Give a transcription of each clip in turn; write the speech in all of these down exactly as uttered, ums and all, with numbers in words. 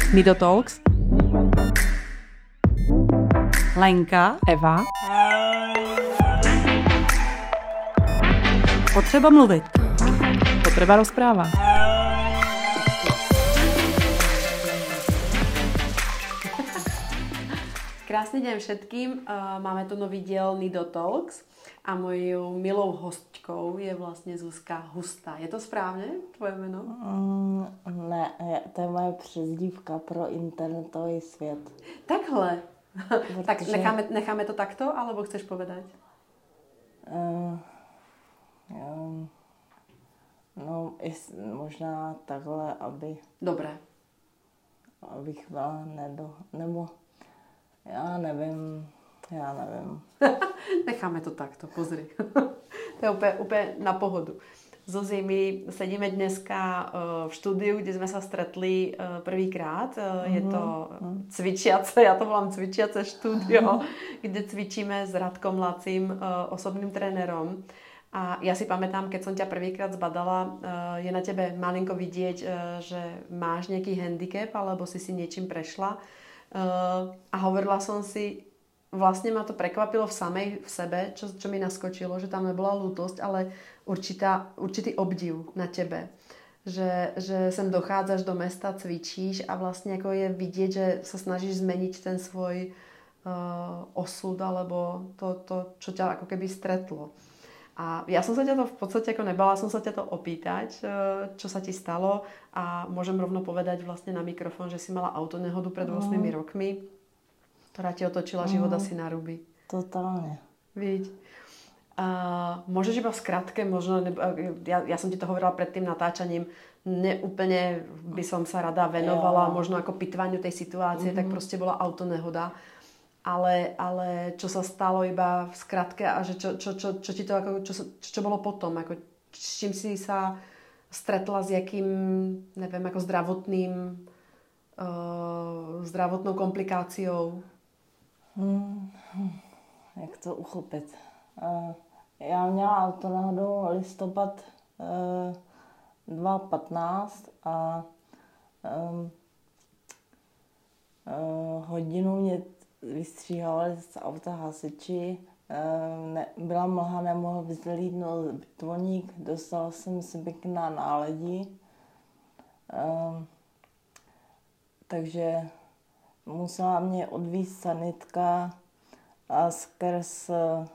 Nido Talks, Lenka, Eva. Potřeba mluvit. Potreba rozpráva. Krásny deň všetkým. Máme tu nový diel Nido Talks a mojou milou hostkou je vlastně Zuzka Hustá. Je to správně, tvoje jméno? Mm, ne, to je moje přezdívka pro internetový svět. Takhle. Protože... Tak necháme, necháme to takto, alebo chceš povedať? Uh, um, no, jest, možná takhle, aby... Dobré. Abych byla nedo... Nebo... Já nevím, já nevím. Necháme to takto, pozri. To je úplně, úplně na pohodu. Zuzi, my sedíme dneska v štúdiu, kde jsme se stretli prvýkrát. Je to cvičiace, já to volám cvičiace štúdio, kde cvičíme s Radkom Lacím, osobným trenérom. A ja si pamätám, keď som ťa prvýkrát zbadala, je na tebe malinko vidieť, že máš nejaký handicap, alebo si si niečím prešla. A hovorila som si, vlastne ma to prekvapilo v samej v sebe, čo, čo mi naskočilo, že tam nebola lútosť, ale určitá, určitý obdiv na tebe. Že, že sem dochádzaš do mesta, cvičíš a vlastne ako je vidieť, že sa snažíš zmeniť ten svoj uh, osud alebo to, to, čo ťa ako keby stretlo. A ja som sa ťa to v podstate ako nebala, som sa ťa to opýtať, čo sa ti stalo a môžem rovno povedať vlastne na mikrofón, že si mala autonehodu pred ôsmimi mm. rokmi, ktorá ti otočila mm. život asi na ruby. Totálne. Víď. Uh, môžeš iba v skratke, možno, nebo, ja, ja som ti to hovorila pred tým natáčaním, neúplne by som sa rada venovala, ja. možno ako pitvaniu tej situácie, mm-hmm. tak proste bola autonehoda. Ale, ale čo sa stalo iba v skratke a že čo, čo, čo, čo ti to ako, čo, čo bolo potom, ako, s čím si sa stretla s jakým, neviem, ako zdravotným uh, zdravotnou komplikáciou? Hmm, jak to uchopit? Uh, já měla autonehodu listopad uh, dva tisíce patnáct a um, uh, hodinu mě vystříhali z auta hasiči, ne, byla mlha, nemohl vyzlídnout vrtulník, dostala jsem se pěkná náledí, um, takže musela mě odvízt sanitka a skrz um,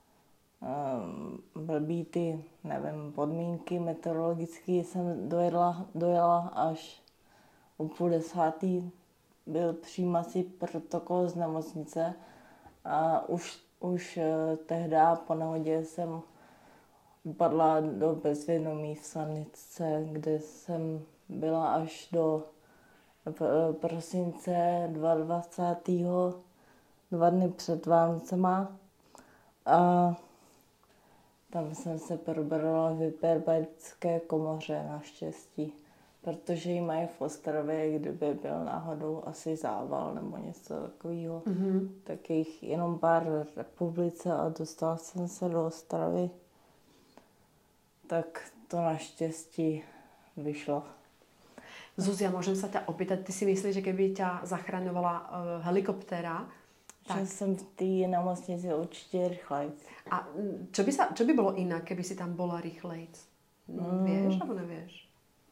blbý ty, nevím, podmínky meteorologické jsem dojela, dojela až o půl desátý. Byl přijímací protokol z nemocnice a už, už tehdy po nehodě jsem upadla do bezvědomí v sanitce, kde jsem byla až do prosince dvacátého druhého dva dny před Vánocema a tam jsem se probrala v hyperbarické komoře naštěstí. Protože ji mají v Ostravě, kdyby byl náhodou asi zával nebo něco takového, mm-hmm. tak jich jenom pár v republice a dostala jsem se do Ostravy. Tak to naštěstí vyšlo. Zuzia, môžem sa ťa opýtať, ty si myslíš, že keby ťa zachraňovala uh, helikoptéra, tak... Že jsem v té nemocnici určitě rychlejc. A čo by, sa, čo by bolo inak, keby si tam bola rychlejc? Mm. Vieš, alebo nevieš?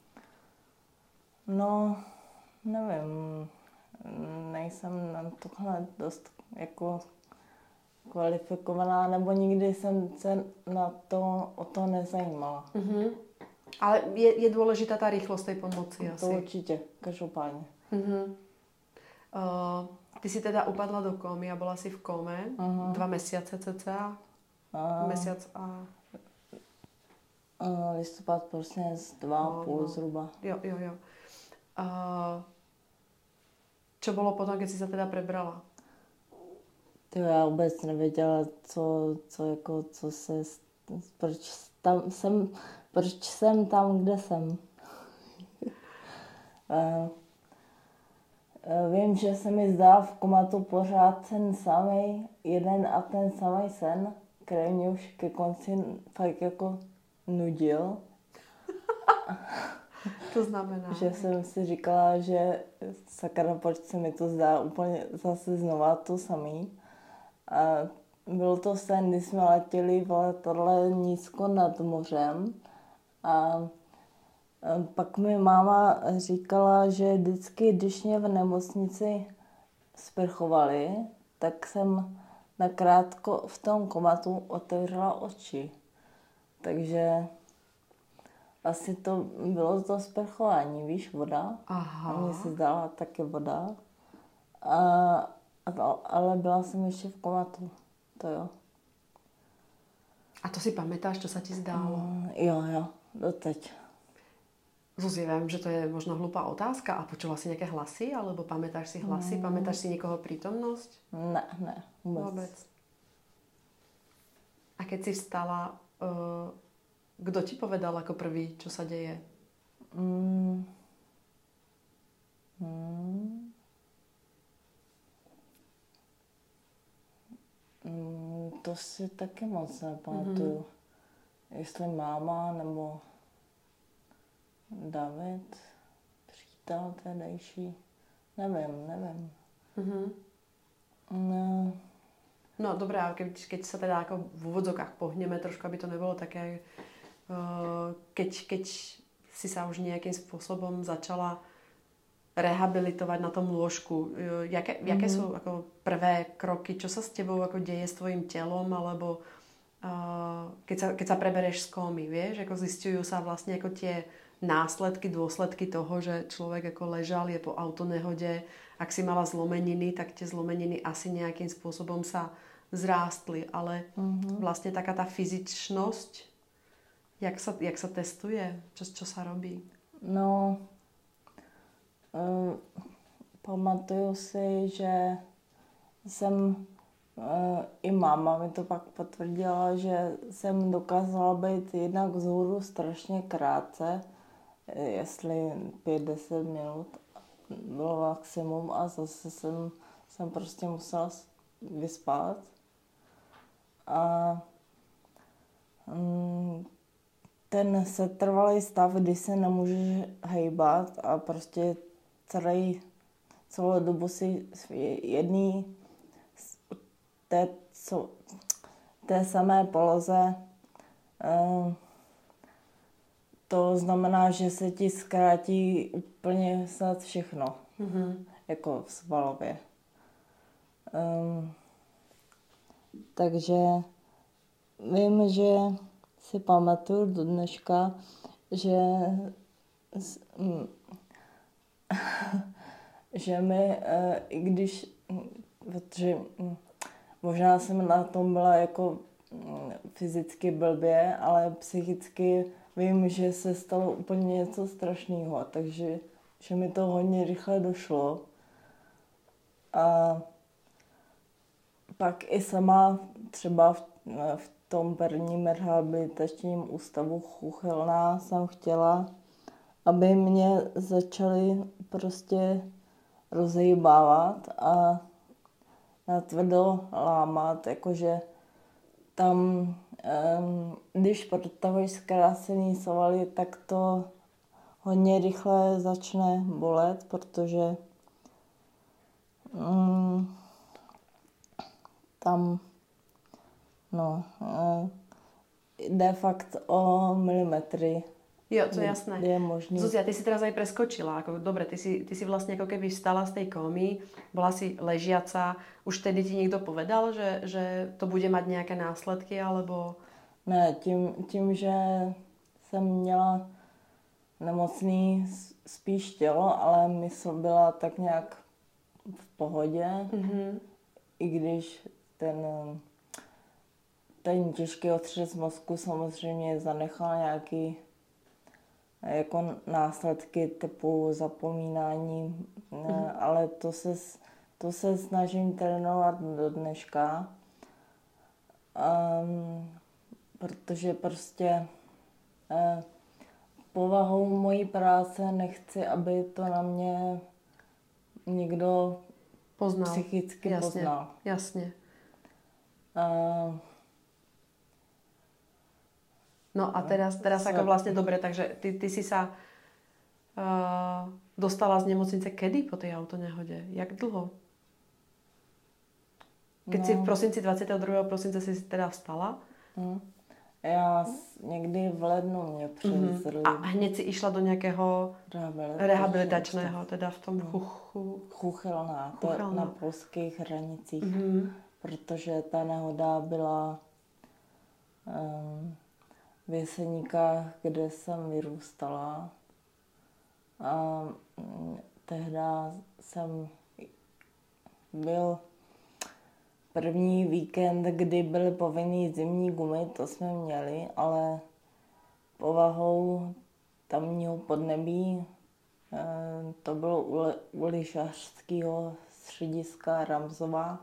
No, nevím, nejsem na tohle dost jako kvalifikovaná, nebo nikdy jsem se na to, o to nezajímala. Mm-hmm. Ale je, je důležitá ta rychlost tej pomoci asi. To určitě, každopádně. Mm-hmm. Uh, ty si teda upadla do komy a bola si v kome uh-huh. dva mesiace cca? Uh, Mesiac a... Uh, listopad, prosinec, dva a půl no. zhruba. Jo, jo, jo. Uh, čo bolo potom, keď si sa teda prebrala? Ty, já vůbec nevěděla, co, co, jako, co se, proč tam jsem, proč jsem tam, kde jsem. uh, vím, že se mi zdá v komatu pořád ten samý, jeden a ten samý sen, který mě už ke konci fakt jako nudil. to znamená? Že jsem si říkala, že sakra, proč se mi to zdá úplně zase znova to samý. A byl to sen, kdy jsme letěli v letadle nízko nad mořem. A pak mi máma říkala, že vždycky, když mě v nemocnici sprchovali, tak jsem nakrátko v tom komatu otevřela oči. Takže asi to bylo to sprchování, víš, voda. Aha. A mně se zdála taky voda. A, ale byla jsem ještě v komatu, to jo. A to si pamätáš, čo sa ti zdálo? Mm, jo, jo, doteď. Zuzi, viem, že to je možno hlúpá otázka. A počula si nejaké hlasy? Alebo pamätáš si hlasy? Mm. Pamätáš si niekoho prítomnosť? Ne, ne, vôbec. Vôbec. A keď si vstala, uh, kto ti povedal ako prvý, čo sa deje? Mm. Mm. Mm, to si taky moc nepamatuju. Mm-hmm. Jestli máma nebo David, přítel tehdejší, nevím, nevím. Mm-hmm. No. No dobré, ale keď, keď sa teda ako v úvodzokách pohneme trošku, aby to nebolo také, uh, keď, keď si sa už nejakým spôsobom začala rehabilitovať na tom lôžku, uh, jaké, mm-hmm. jaké sú ako prvé kroky, čo sa s tebou ako deje s tvojim telom, alebo uh, keď, sa, keď sa prebereš z kómy, vieš, ako zistujú sa vlastne ako tie následky, dôsledky toho, že človek ako ležal, je po autonehode. Ak si mala zlomeniny, tak tie zlomeniny asi nejakým spôsobom sa zrástli, ale mm-hmm. vlastne taká tá fyzičnosť, jak sa, jak sa testuje, čo, čo sa robí? No, um, pamatuju si, že jsem, uh, i máma mi to pak potvrdila, že jsem dokázala být jednak vzhůru strašně krátce, jestli pět deset minut bylo maximum a zase jsem, jsem prostě musela vyspat. A um, ten setrvalý stav, kdy se nemůžeš hejbat a prostě celý, celou dobu si jedný té, co, té samé poloze, um, to znamená, že se ti zkrátí úplně snad všechno, mm-hmm. jako v svalově. Um, takže vím, že si pamatuju do dneška, že, že mi, i když, protože možná jsem na tom byla jako fyzicky blbě, ale psychicky vím, že se stalo úplně něco strašného, takže že mi to hodně rychle došlo. A pak i sama třeba v, v tom prvním rehabilitačním ústavu Chuchelná jsem chtěla, aby mě začali prostě rozhýbávat a natvrdo lámat, jakože tam, um, když protahuješ zkrácený svaly, tak to hodně rychle začne bolet, protože um, tam no, uh, jde fakt o milimetry. Jo, to je jasné. Je možný. Zuzia, ty si teraz aj preskočila. Ako, dobre, ty si, ty si vlastne ako keby vstala z tej kómy, bola si ležiaca. Už tedy ti niekto povedal, že, že to bude mať nejaké následky, alebo... Ne, tím, tím, že jsem měla nemocný spíš tělo, ale mysl byla tak nějak v pohodě. Mm-hmm. I když ten, ten těžký otřes mozku samozřejmě zanechal nějaký jako následky typu zapomínání, mm-hmm. ale to se, to se snažím trénovat do dneška, um, protože prostě uh, povahou mojí práce nechci, aby to na mě někdo poznal. Psychicky jasně, poznal. Jasně. Uh, No a teraz, teraz ako vlastne dobre, takže ty, ty si sa Uh, dostala z nemocnice kedy po tej autonehode? Jak dlho? Keď no. si v prosinci dvacátého druhého prosince si teda vstala? Hmm. Já někdy v lednu mě přivezli. Mm-hmm. A hned si išla do nějakého rehabilitačného, teda v tom chuchu... Chuchelná, to Chuchelná. na polských hranicích. Mm-hmm. Protože ta nehoda byla um, v Jeseníkách, kde jsem vyrůstala. A um, tehdy jsem byl první víkend, kdy byly povinný zimní gumy, to jsme měli, ale povahou tamního podnebí, to bylo u lyžařského střediska Ramzova,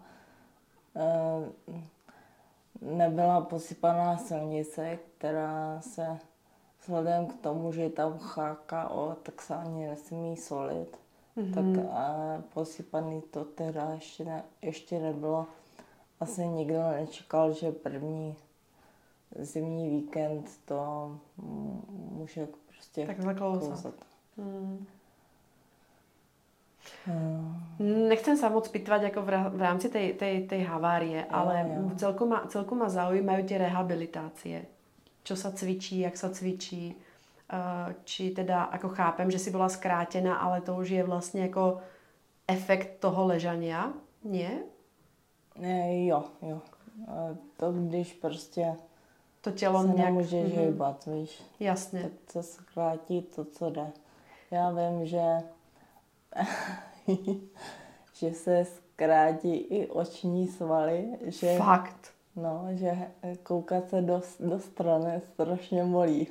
nebyla posypaná silnice, která se vzhledem k tomu, že je tam há ká ó, tak se ani nesmí solit. Mm-hmm. Tak a posypaný to teda ještě, ne, ještě nebylo. Asi nikdo nečekal, že první zimní víkend to může prostě takhle klouzat. klouzat. Hmm. Hmm. Nechcem sa moc pýtať ako v rámci tej, tej, tej havárie, jo, ale jo. Celku, ma, celku ma zaujímajú tie rehabilitácie. Čo sa cvičí, jak sa cvičí. Či teda, ako chápem, že si bola skrátená, ale to už je vlastne ako efekt toho ležania, nie? Ne, jo, jo. To když prostě to tělo se nějak... nemůžeš mm-hmm. hýbat, víš. Jasně. Tak se zkrátí to, co jde. Já vím, že že se zkrátí i oční svaly. Že, fakt? No, že koukat se do, do strany strašně bolí.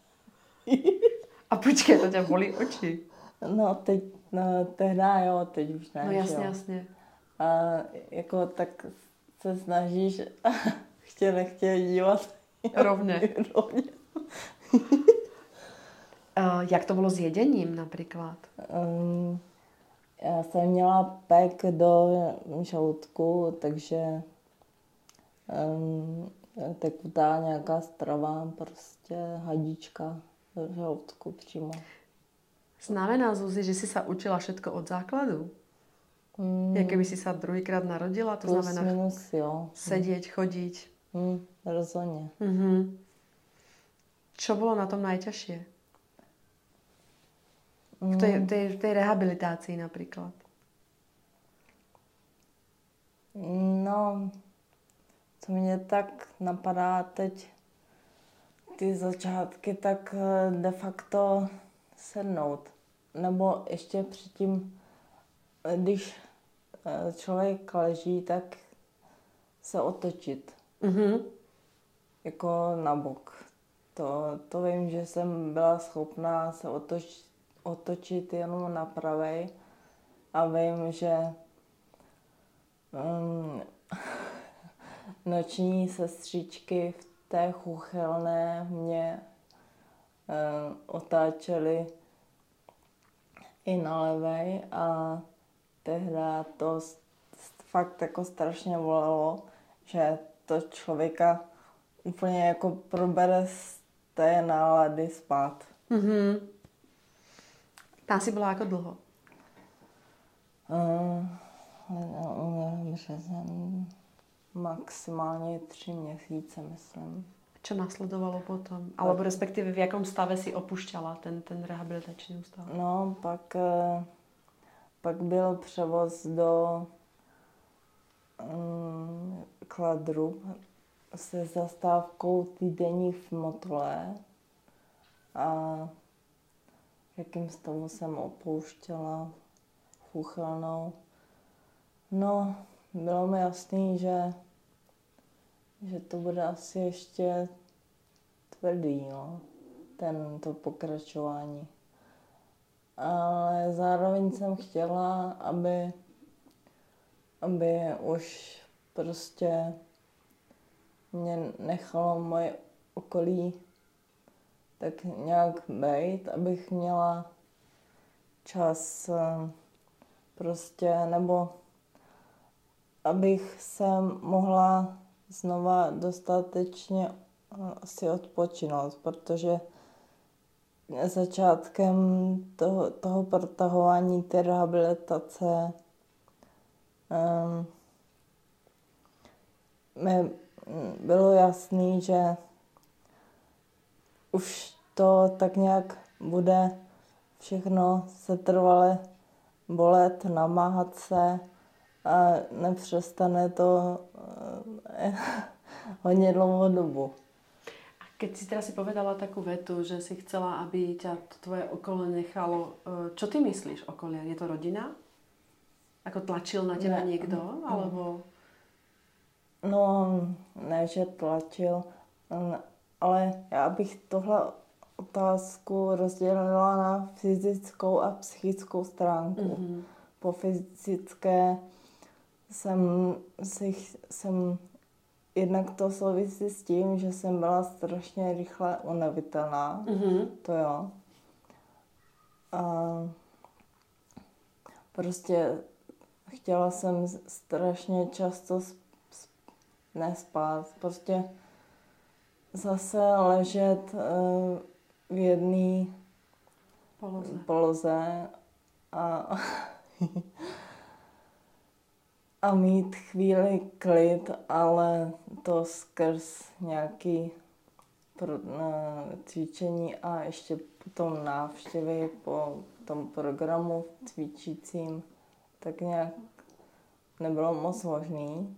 A počkej, to tě bolí oči? No, teď, no, tehda jo, teď už ne. No jasně, jo. jasně. A jako tak se snažíš chtě nechtě dívat. Rovně. Rovně. uh, jak to bylo s jedením například? Um, já jsem měla pek do žaludku, takže um, tekutá nějaká strava, prostě hadička do žaludku přímo. Znamená, Zuzi, že si sa učila všetko od základu? Mm. Jak keby si sa druhýkrát narodila? To Plus, znamená minus, jo. sedieť, chodiť? Mm, rozhodně. Mm-hmm. Čo bolo na tom najťažšie? V tej, tej, tej rehabilitácii napríklad. No, co mě tak napadá teď, ty začátky, tak de facto sednout. Nebo ještě předtím, když člověk leží, tak se otočit. Mm-hmm. Jako na bok. To, to vím, že jsem byla schopná se otočit, otočit jenom na pravej a vím, že um, noční sestřičky v té chuchelné mě um, otáčely i na levej a tehdy to fakt jako strašně bolelo, že to člověka úplně jako probere z té nálady spát. Mm-hmm. Tá si byla jako dlho? Um, březen, maximálně tři měsíce, myslím. Čo nasledovalo potom? Alebo respektíve v jakom stave si opušťala ten, ten rehabilitační ústav? No, pak, pak byl převoz do um, Kladrub se zastávkou týdenní v Motole a jakým stavu jsem opouštěla chuchelnou. No, bylo mi jasný, že, že to bude asi ještě tvrdý, no, ten, to pokračování. Ale zároveň jsem chtěla, aby, aby už prostě mě nechalo moje okolí tak nějak bejt, abych měla čas prostě, nebo abych se mohla znova dostatečně si odpočinout, protože začátkem toho, toho protahování té rehabilitace um, mi bylo jasný, že už to tak nějak bude všechno setrvale bolet, namáhat se a nepřestane to uh, hodně dlouhou dobu. Keď si teraz si povedala takú vetu, že si chcela, aby ťa to tvoje okolie nechalo, čo ty myslíš okolie? Je to rodina? Ako tlačil na teba ne, niekto? Ne. Alebo... No, ne, že tlačil, ale já bych tohle otázku rozdělila na fyzickou a psychickou stránku. Mm-hmm. Po fyzické jsem si jsem jednak to souvisí s tím, že jsem byla strašně rychle unavitelná. Mm-hmm. To jo. A prostě chtěla jsem strašně často sp- sp- nespát. Prostě zase ležet uh, v jedné poloze. poloze a a mít chvíli klid, ale to skrz nějaký pro, no, cvičení a ještě potom návštěvy po tom programu cvičícím, tak nějak nebylo moc možný.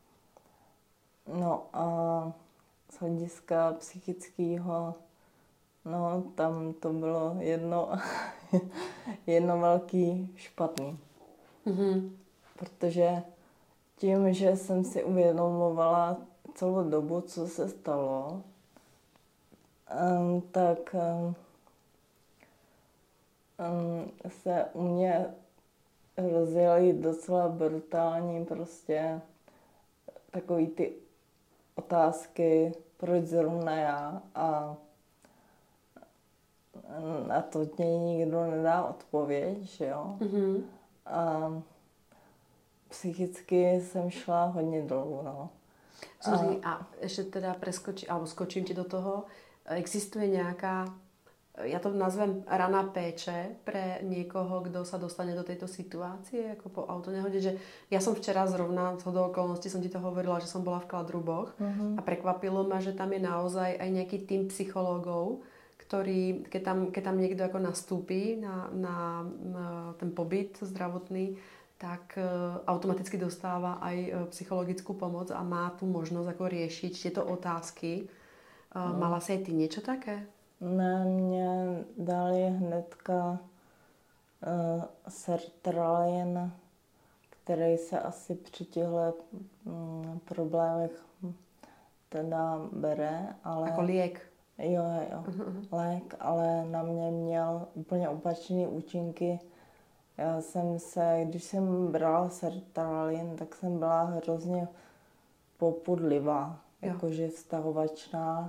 No a z hlediska psychického, no tam to bylo jedno, jedno velký špatný. Mm-hmm. Protože tím, že jsem si uvědomovala celou dobu, co se stalo, um, tak um, um, se u mě rozjeli docela brutální prostě takový ty otázky, proč zrovna já, a na to mě nikdo nedá odpověď, že jo. Mm-hmm. A psychicky jsem šla hodně dlouho, no. Zuzi, a... a ešte teda preskočím, alebo skočím ti do toho, existuje nejaká, ja to nazvem rana péče pre niekoho, kto sa dostane do tejto situácie, ako po autonehode, že ja som včera zrovna, zhodou okolností som ti to hovorila, že som bola v Kladruboch mm-hmm. a prekvapilo ma, že tam je naozaj aj nejaký tím psychológov, ktorý, keď tam, keď tam niekto ako nastúpi na, na, na ten pobyt zdravotný, tak automaticky dostáva aj psychologickú pomoc a má tu možnosť ako riešiť tieto otázky. No. Mala si aj ty niečo také? Ne, mě dali hnedka uh, sertralin, který se asi při těchto um, problémech teda bere, ale... Jako liek? Jo, jo, uh-huh. lék, ale na mě měl úplně opačné účinky. Já jsem se, když jsem brala sertralin, tak jsem byla hrozně popudlivá, jakože vztahovačná,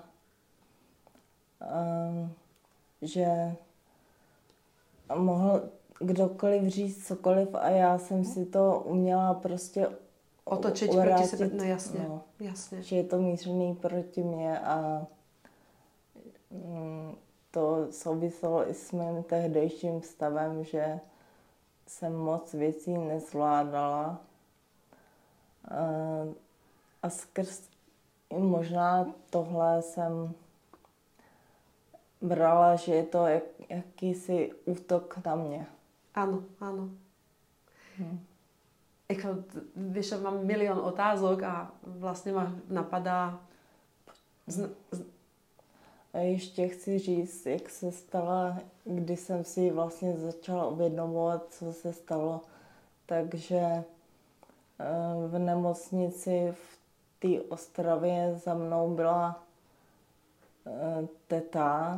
um, že mohl kdokoliv říct cokoliv a já jsem si to uměla prostě otočit uvrátit, proti sebe, no jasně, no, jasně. Že je to mířený proti mně a um, to souviselo i s mým tehdejším stavem, že jsem moc věcí nezvládala a skrz i možná tohle jsem brala, že je to jak, jakýsi útok na mě. Ano, ano. Hmm. Jako, víš, mám milion otázok a vlastně ma napadá... Z, z... A ještě chci říct, jak se stala, když jsem si vlastně začala uvědomovat, co se stalo. Takže v nemocnici v té Ostravě za mnou byla teta,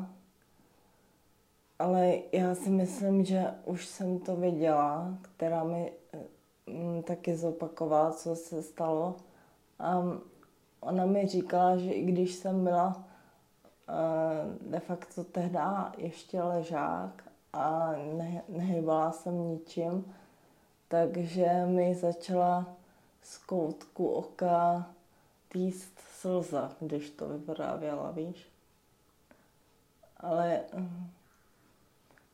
ale já si myslím, že už jsem to věděla, která mi taky zopakovala, co se stalo. A ona mi říkala, že i když jsem byla de facto tehdy ještě ležák a ne, nehybala jsem ničím, takže mi začala z koutku oka týst slza, když to vyprávěla, víš. Ale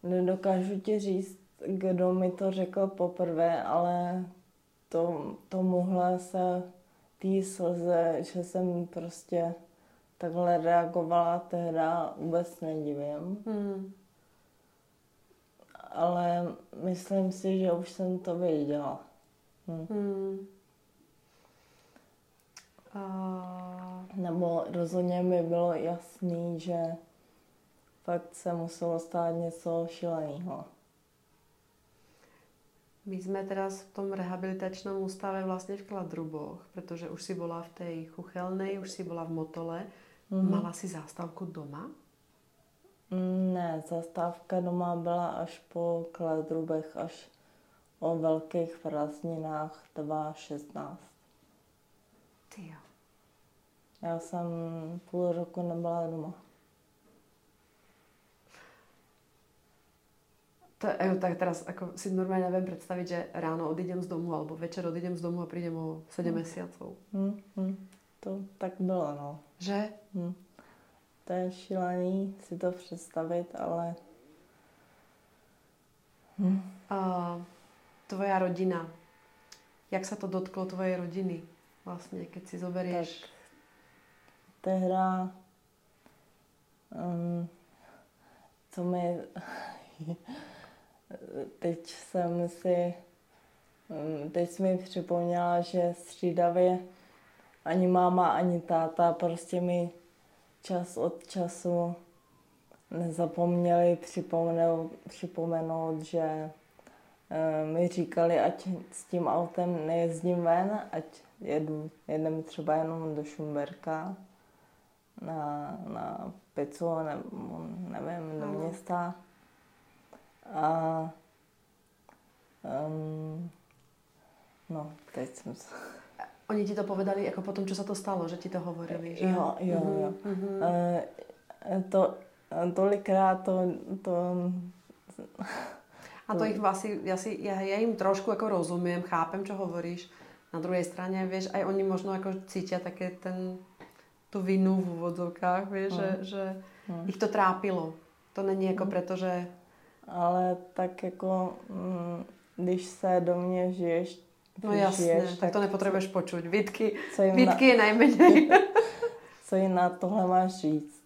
nedokážu ti říct, kdo mi to řekl poprvé, ale to, tomuhle se tý slze, že jsem prostě takhle reagovala tehda, vůbec nedivím. Hmm. Ale myslím si, že už jsem to věděla. Hm. Hmm. A... Nebo rozhodně mi bylo jasný, že fakt se muselo stát něco šíleného. My sme teraz v tom rehabilitačnom ústave vlastne v Kladruboch, pretože už si bola v tej Chuchelnej, už si bola v Motole. Mm-hmm. Mala si zástavku doma? Ne, zastávka doma byla až po Kladrubech, až o velkých prázdninách dva tisíce šestnáct. Tyjo. Já jsem půl roku nebyla doma. To, tak teraz ako si normálne neviem predstaviť, že ráno odídem z domu alebo večer odídem z domu a prídem o sedem hmm. mesiacov. Hmm, hmm. To tak bylo, no. Že? Hmm. To je šílený si to představit, ale... Hmm. Uh, tvoja rodina. Jak sa to dotklo tvojej rodiny? Vlastne, keď si zoberieš... Tak tehda... Um, co mi... Teď jsem si... Teď jsi mi připomněla, že střídavě ani máma, ani táta prostě mi čas od času nezapomněli připomenout, připomenout že mi říkali, ať s tím autem nejezdím ven, ať jedu, jedem třeba jenom do Šumberka na, na pizzu, ne, nevím, do města. A um, no, teď jsem se... Oni ti to povedali ako potom, čo sa to stalo, že ti to hovorili, že? Jo, jo, mm-hmm, jo. Mm-hmm. E, to, tolikrát to... to a to ich asi, ja, si, ja, ja im trošku ako rozumiem, chápem, čo hovoríš. Na druhej strane, vieš, aj oni možno ako cítia také ten, tú vinu v úvodzovkách, vieš, mm. že, že mm. ich to trápilo. To není jako mm. preto, že... Ale tak jako, když se do mě žiješ, no jasne, žiješ, tak, tak to nepotrebuješ počuť. Výtky, na, výtky je najmenej. Co jim na tohle máš říct?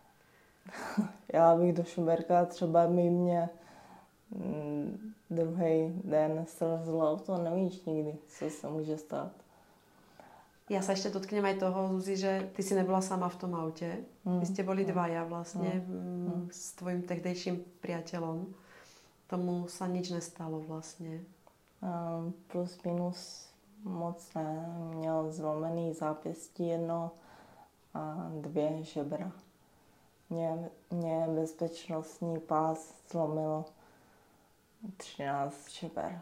Já bych do Šumberka třeba by mě mm, druhý den srazilo, to nevíš nikdy, co se může stát. Ja sa ešte dotknem aj toho, Zuzi, že ty si nebola sama v tom aute. Mm. Vy ste boli dvaja vlastne mm. s tvojim tehdejším priateľom. Tomu sa nič nestalo vlastne. Um, plus minus moc ne. Měl zlomený zápěstí jedno a dvě žebra. Mě, mě bezpečnostní pás zlomil třináct žeber.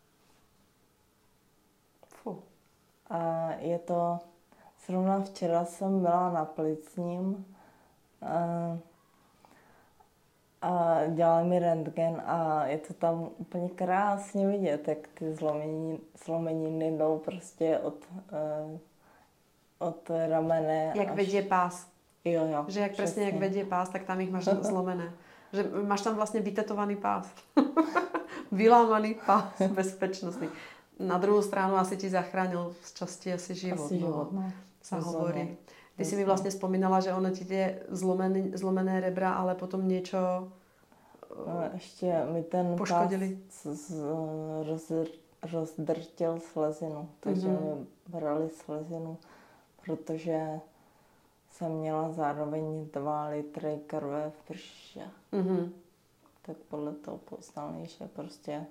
Fuh. A je to, zrovna včera jsem byla na plicním a, a dělali mi rentgen a je to tam úplně krásně vidět, jak ty zlomeniny, zlomeniny jdou prostě od, uh, od ramene. Jak až... vedie pás. Jo, jo. Že jak presne jak vedie pás, tak tam ich máš zlomené. Že máš tam vlastne vytetovaný pás. Vylámaný pás bezpečnostný. Na druhou stranu asi ti zachránil z časti asi život. Asi život, no. Sa hovorí. Ty si mi vlastne spomínala, že ono ti tie zlomené, zlomené rebra, ale potom niečo no, ještě mi ten poškodili. Pás z, roz, rozdrtil slezinu, takže mm-hmm. mi brali slezinu, protože jsem měla zároveň dva litry krve v břiše. Mm-hmm. Tak podle toho poznali, že prostě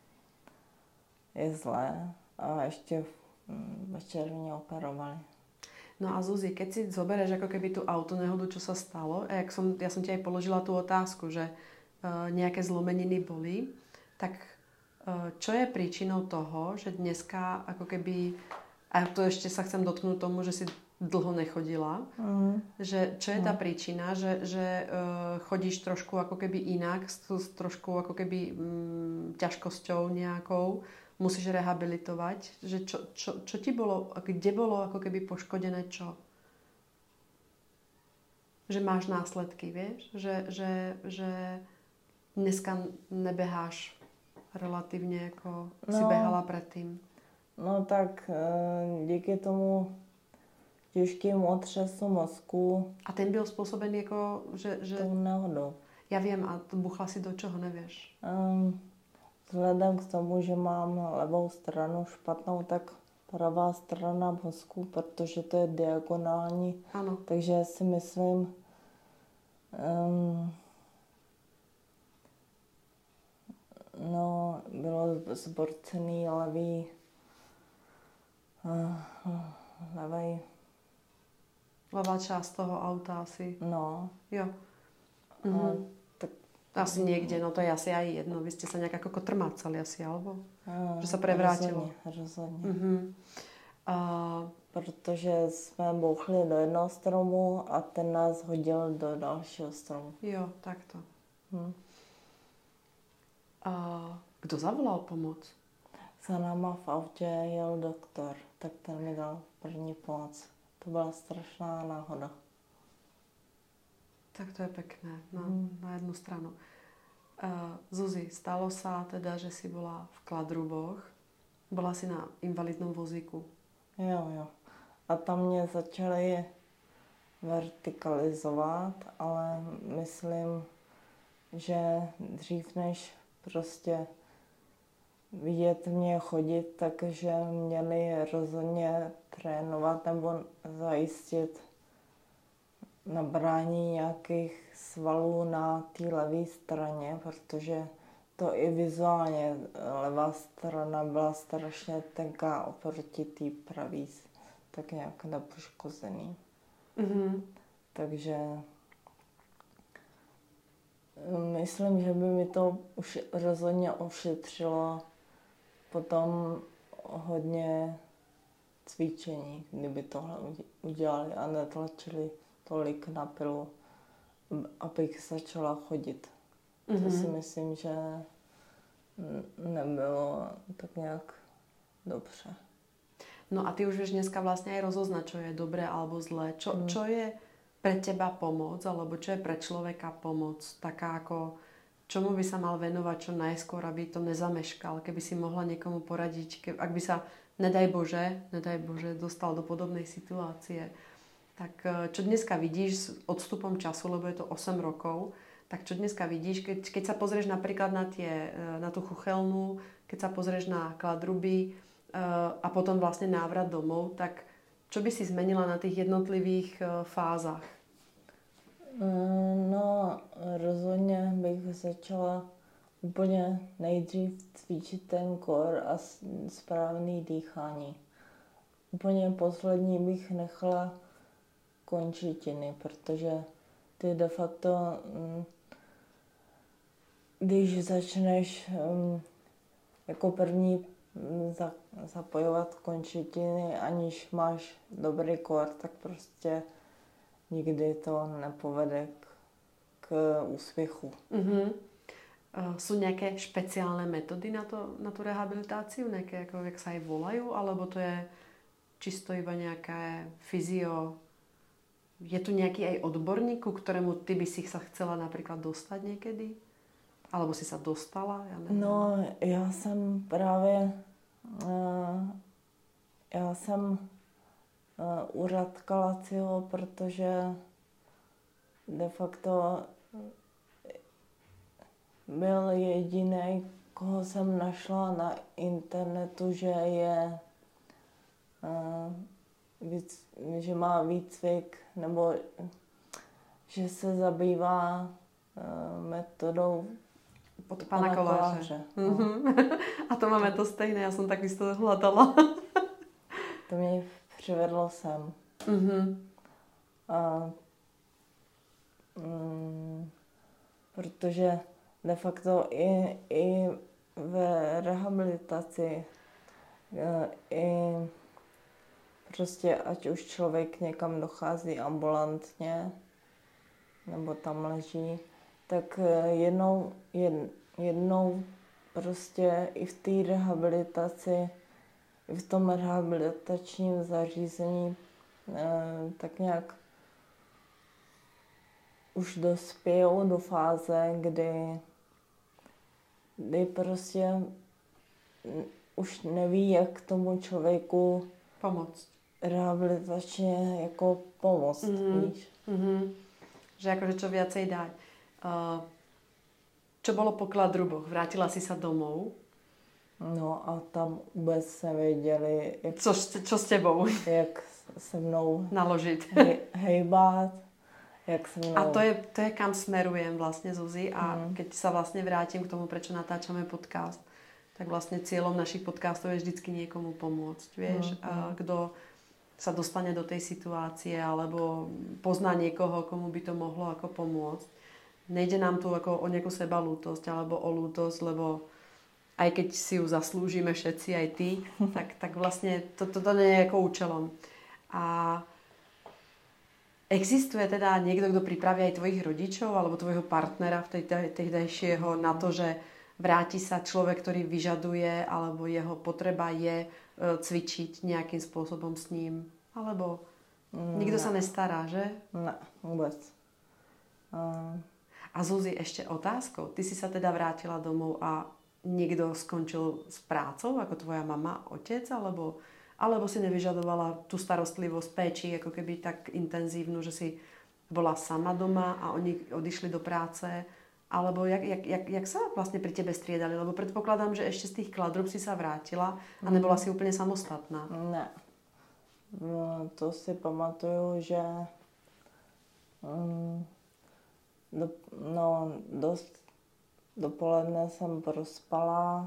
je zlé a ještě večer mě operovali. No a Zuzi, keď si zoberieš ako keby tú autonehodu, čo sa stalo, a jak som, ja som ti aj položila tú otázku, že uh, nejaké zlomeniny boli, tak uh, čo je príčinou toho, že dneska ako keby, a to ešte sa chcem dotknúť tomu, že si dlho nechodila, mm. že čo je tá príčina, že, že uh, chodíš trošku ako keby inak, s, s trošku ako keby mm, ťažkosťou nejakou, musíš rehabilitovať, že čo, čo, čo ti bolo, kde bolo ako keby poškodené čo? Že máš následky, vieš? Že, že, že dneska neběháš relativně, jako no, si No. běhala předtím? No tak eh, díky tomu těžkému otřesu mozku A ten byl způsobený jako, že... že... tou nehodou. Já vím, a to buchla si do čeho, nevíš? Um, vzhledem k tomu, že mám levou stranu špatnou, tak pravá strana mozku, protože to je diagonální, Ano. takže si myslím, um, no, bylo zborcený levý, uh, levej, Levá část toho auta asi. no, Jo. mhm. Mhm. tak Asi někde, no to je asi aj jedno. Vy jste se nějak jako kotrmácali asi, alebo? uh, Že se prevrátilo. Rozhodně, rozhodně. Mhm. Uh, Protože jsme bouchli do jednoho stromu a ten nás hodil do dalšího stromu. jo, takto. Hm. Uh, kdo zavolal pomoc? Za náma v autě jel doktor, tak ten mi dal první pomoc. To byla strašná náhoda. Tak to je pekné, na, Mhm. na jednu stranu. Uh, Zuzi, stalo sa teda, že si bola v Kladruboch, bola si na invalidnom vozíku. Jo, jo. A tam mě začali vertikalizovat, ale myslím, že dřív než prostě vidět mě chodit, takže měli rozhodně trénovat nebo zajistit nabrání nějakých svalů na té levé straně, protože to i vizuálně levá strana byla strašně tenká oproti té pravé, tak nějak nepoškozený. Mhm. Takže myslím, že by mi to už rozhodně ušetřilo potom hodně cvičení, kdyby tohle udělali a netlačili tolik na pilu, abych začala chodit. Mm-hmm. To si myslím, že nebylo tak nějak dobře. No a ty už vieš dneska vlastne aj rozoznať, čo je dobré alebo zlé. Čo, mm. čo je pre teba pomoc, alebo čo je pre človeka pomoc? Taká ako, čomu by sa mal venovať čo najskôr, aby to nezameškal? Keby si mohla niekomu poradiť, keby, ak by sa, nedaj Bože, nedaj Bože, dostal do podobnej situácie. Tak čo dneska vidíš s odstupom času, lebo je to osem rokov, tak čo dneska vidíš, keď, keď sa pozrieš napríklad na, tie, na tú Chuchelnú, keď sa pozrieš na Kladruby, a potom vlastne návrat domov, tak čo by si zmenila na tých jednotlivých fázách? No, rozhodně bych začala úplně nejdřív cvičit ten kor a správný dýchání. Úplně poslední bych nechala končetiny, protože ty de facto, když začneš jako první zapojovat končetiny, aniž máš dobrý kor, tak prostě nikdy to nepovede k, k úspěchu. Mm-hmm. Uh, sú nejaké špeciálne metódy na, to, na tú rehabilitáciu? Nejaké, ako, jak sa aj volajú? Alebo to je čisto iba nejaké fyzio? Je tu nejaký aj odborník, ku ktorému ty by si sa chcela napríklad dostať niekedy? Alebo si sa dostala? Ja neviem. No, já jsem právě, uh, já jsem uh, u Radka Laciho, protože de facto byl jediný, koho jsem našla na internetu, že je, uh, víc, že má výcvik, nebo že se zabývá uh, metodou Od pana, pana Koláře. Koláře. No. Mm-hmm. A to máme to stejné, já jsem taky z toho hledala. To mě přivedlo sem. Mm-hmm. A, mm, protože de facto i, i v rehabilitaci i prostě ať už člověk někam dochází ambulantně nebo tam leží, tak jednou, jed, jednou prostě i v té rehabilitaci, i v tom rehabilitačním zařízení tak nějak už dospějou do fáze, kdy kdy prostě mm, už neví, jak tomu člověku Pomoc. rehabilitačně jako pomoct, Mhm. víš. Mhm. Že akože čo viacej dať. Uh, čo bolo po kladruboch? Vrátila si sa domov? No a tam vůbec nevěděli, jak, Co, s- čo s tebou jak se mnou naložiť? hej, hejbat, jak se mnou... A to je, to je kam smerujem vlastne, Zuzi. A Mm. keď sa vlastne vrátim k tomu, prečo natáčame podcast, tak vlastne cieľom našich podcastov je vždycky niekomu pomôcť. Vieš, Mm, a kto sa dostane do tej situácie alebo pozná niekoho, komu by to mohlo ako pomôcť. Nejde nám tu ako o nejakú sebalútosť alebo o lútosť, lebo aj keď si ju zaslúžime všetci, aj ty, tak, tak vlastne to, to, to nie je ako účelom. A existuje teda niekto, kto pripraví aj tvojich rodičov alebo tvojho partnera v tej tehdejšieho na to, že vráti sa človek, ktorý vyžaduje alebo jeho potreba je e, cvičiť nejakým spôsobom s ním? Alebo nikto sa nestará, že? Ne, vůbec. Uh, A Zuzi, ešte otázkou. Ty si sa teda vrátila domov a niekto skončil s prácou, ako tvoja mama, otec, alebo, alebo si nevyžadovala tú starostlivosť, péči, ako keby tak intenzívnu, že si bola sama doma a oni odišli do práce, alebo jak, jak, jak, jak sa vlastne pri tebe striedali? Lebo predpokladám, že ešte z tých kladrub si sa vrátila a nebola si úplne samostatná. ne. No, to si pamatuju, že um, do, no, dost dopoledne jsem prospala.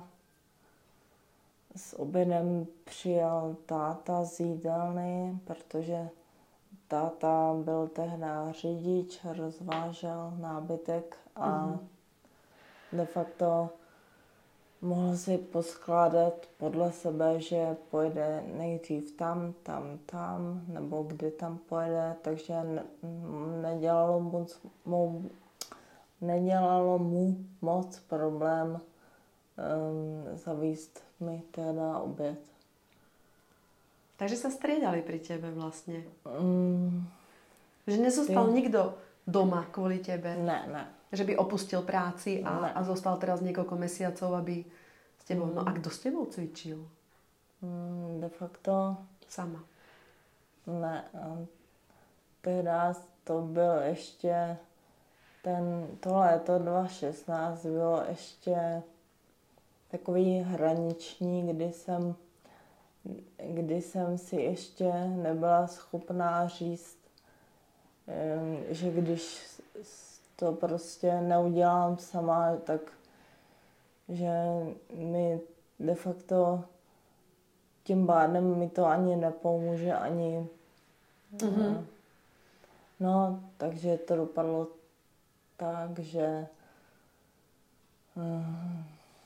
S obědem přijel táta z jídelny, protože táta byl tehdy řidič, rozvážel nábytek a mm-hmm. de facto mohl si poskládat podle sebe, že pojede nejdřív tam, tam, tam, nebo kde tam pojede, takže ne, nedělalo, moc, mu, nedělalo mu moc problém um, zavíst mi teda oběd. Takže sa striedali pri tebe vlastne. Mm, Že nezostal Ty. nikto doma kvôli tebe. ne, ne. Že by opustil práci Ne. a, a zostal teraz niekoľko mesiacov, aby s tebou... No a kto s tebou cvičil? Mm, de facto Sama. ne. A tehdy to byl ještě ten, to léto dva tisíce šestnáct bylo ještě takový hraniční, kdy jsem, kdy jsem si ještě nebyla schopná říct, em, že když to prostě neudělám sama, tak že mi de facto tím pádem mi to ani nepomůže, ani... Mhm. No, takže to dopadlo tak, že... mm,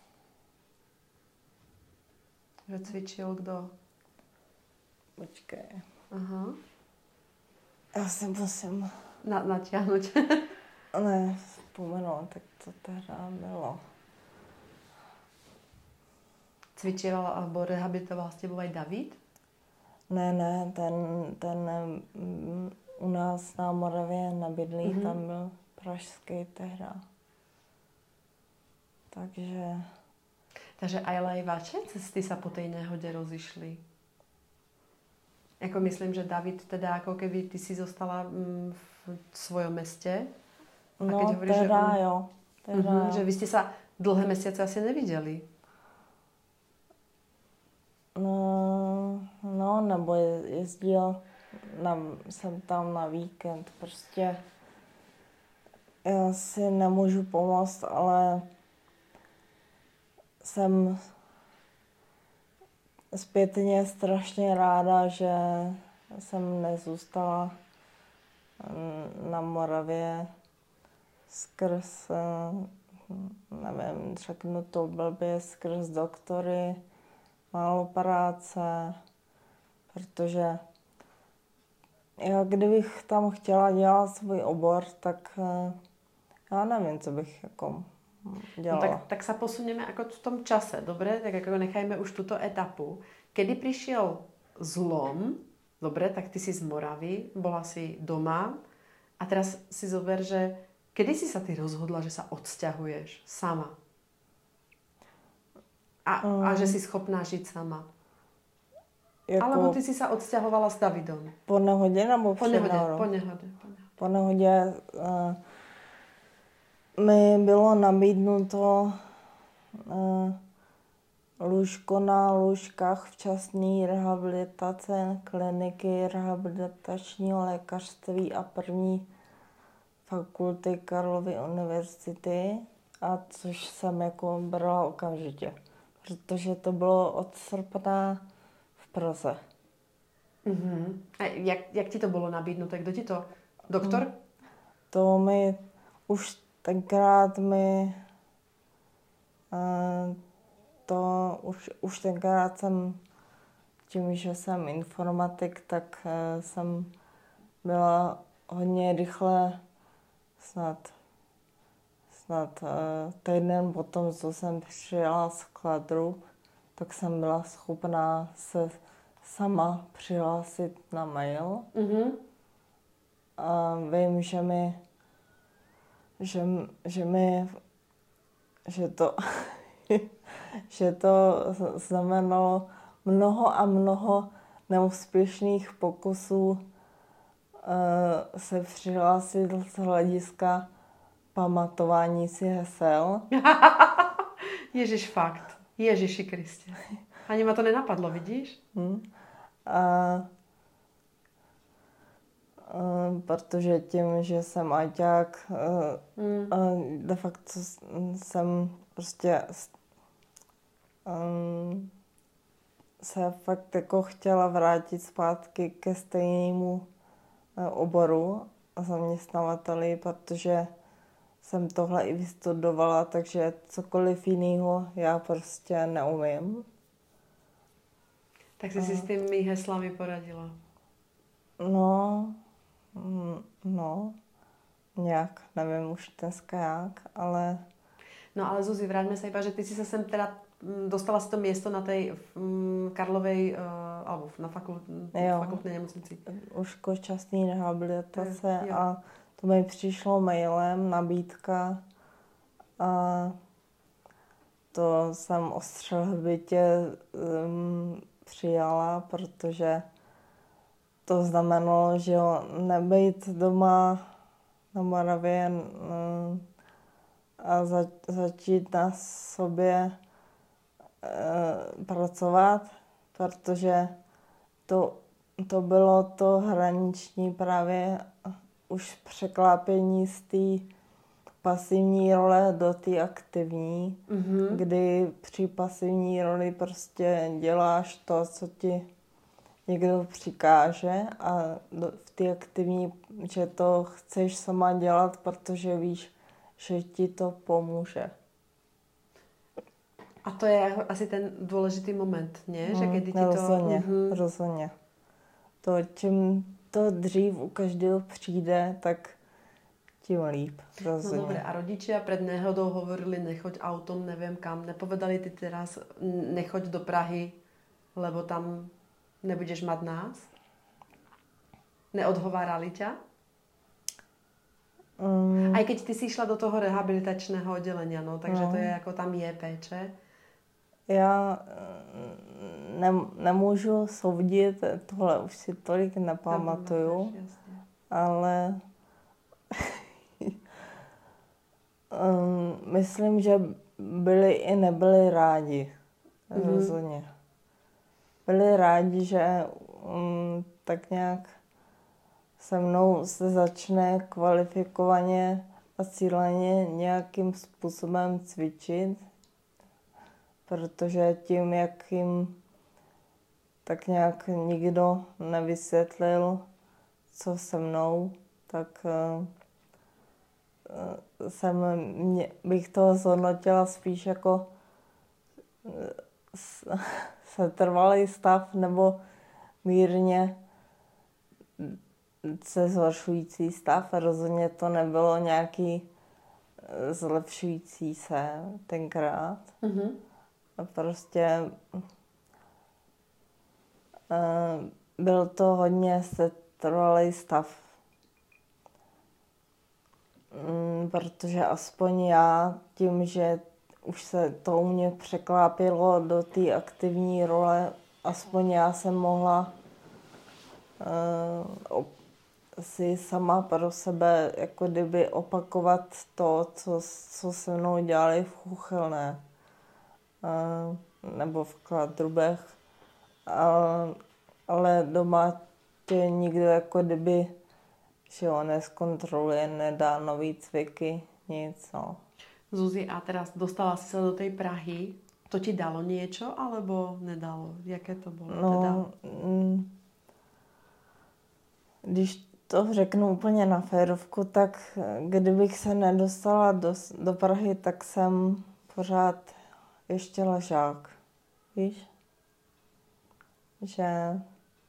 Že cvičil kto? Počkej, Aha. já si musím... Na, natiahnuť. Ne, vzpomenout, tak to teda bylo. Cvičil alebo rehabilitoval s tebou aj David? Ne, ne, ten, ten mm, u nás na Moravě na bydlí, Mhm. mm-hmm. tam byl pražský tehda. Takže... Takže aj aj vaše cesty sa po tej nehode rozišli. Ako myslím, že David teda ako keby ty si zostala mm, v svojom meste. A No, keď hovoríš, že tehda on- jo. Tehda Mhm, jo. že vy ste sa dlhé mesiace asi nevideli. No, no, nebo je- jezdil na, jsem tam na víkend. Prostě já si nemůžu pomoct, ale jsem zpětně strašně ráda, že jsem nezůstala mm, na Moravě skrz, eh, nevím, řeknu to blbě, skrz doktory, málo práce, protože já kdybych tam chtěla dělat svůj obor, tak eh, já nevím, co bych jako No dělala. tak, tak sa posunieme ako v tom čase, dobre? Tak ako nechajme už túto etapu. Kedy prišiel zlom, dobre, tak ty si z Moravy, bola si doma a teraz si zober, že kedy si sa ty rozhodla, že sa odsťahuješ sama? A, Mm. a že si schopná žít sama. Jako Alebo ty si sa odsťahovala s Davidom. po nehodě nebo Po před nehodě, nehodou? po nehodě, po nehodě. Po nehodě uh, mi bylo nabídnuto uh, lůžko na lůžkách včasné rehabilitace, kliniky rehabilitačního lékařství a první fakulty Karlovy univerzity, a což jsem jako brala okamžitě, protože to bylo od srpna v Praze. Uh-huh. A jak, jak ti to bylo nabídnuté? Kdo ti to? Doktor? Mm. To mi už tenkrát mi uh, to už, už tenkrát jsem tím, že jsem informatik, tak uh, jsem byla hodně rychle, snad snad uh, týden potom, co jsem přijela z Kladru, tak jsem byla schopná se sama přihlásit na mail. Uh-huh. A vím, že mi, že, že mi, že to, že to znamenalo mnoho a mnoho neúspěšných pokusů uh, se přihlásit z hlediska pamatování si hesel. Ježiš, fakt. Ježiši Kriste. Ani ma to nenapadlo, vidíš? Hmm. A, a, protože tím, že jsem ajťák, Hmm. de facto jsem prostě um, se fakt jako chtěla vrátit zpátky ke stejnému oboru a zaměstnavateli, protože jsem tohle i vystudovala, takže cokoliv jiného já prostě neumím. Tak jsi si s tými heslami poradila. No, no, nějak, nevím už dneska jak, ale... No ale Zuzi, vráťme sa iba, že ty si sa sem teda dostala si to miesto na tej um, Karlovej, uh, alebo na fakult, fakultnej nemocnici. Užko časný rehabilitace jo. A to mi přišlo mailem, nabídka a to jsem ostřelhbitě um, přijala, protože to znamenalo, že nebejt doma na Moravě um, a za, začít na sobě uh, pracovat, protože to, to bylo to hraniční právě už překlápění z té pasivní role do té aktivní, Mm-hmm. kdy při pasivní roli prostě děláš to, co ti někdo přikáže, a do, v té aktivní, že to chceš sama dělat, protože víš, že ti to pomůže. A to je asi ten dôležitý moment, nie? Že kedy ti to... Rozhodně, Mhm. rozhodně. To, čím to dřív u každého přijde, tak tím líp. No Rozhodně. dobre, a rodičia pred nehodou hovorili, nechoď autom, neviem kam. Nepovedali ty teraz, nechoď do Prahy, lebo tam nebudeš mať nás? Neodhovárali ťa? Mm, Aj keď ty si išla do toho rehabilitačného oddelenia, no, takže No. to je ako tam je péče. já ne, nemůžu soudit, tohle už si tolik nepamatuju, Pamatuješ, jasne. ale um, myslím, že byli i nebyli rádi. Mhm. Rozhodně. Byli rádi, že um, tak nějak se mnou se začne kvalifikovaně a cíleně nějakým způsobem cvičit, protože tím, jak jim tak nějak nikdo nevysvětlil, co se mnou, tak uh, uh, jsem, mě, bych to zhodnotila spíš jako uh, s- setrvalý stav nebo mírně se zhoršující stav. Rozhodně to nebylo nějaký uh, zlepšující se tenkrát. Mhm. A prostě uh, byl to hodně setrvalý stav. Mm, protože aspoň já tím, že už se to u mě překlápilo do té aktivní role. Aspoň já jsem mohla uh, si sama pro sebe jako kdyby opakovat to, co, co se mnou dělali v Chuchelné uh, nebo v Kladrubech. Uh, ale doma tě nikdo jako kdyby, že jo, neskontroluje, nedá nový cviky, nic, no. Zuzi, a teraz dostala si sa do tej Prahy. To ti dalo niečo, alebo nedalo? Jaké to bolo no, teda? Mm, když to řeknu úplně na férovku, tak kdybych se nedostala do, do Prahy, tak jsem pořád ještě ležák. Víš? Že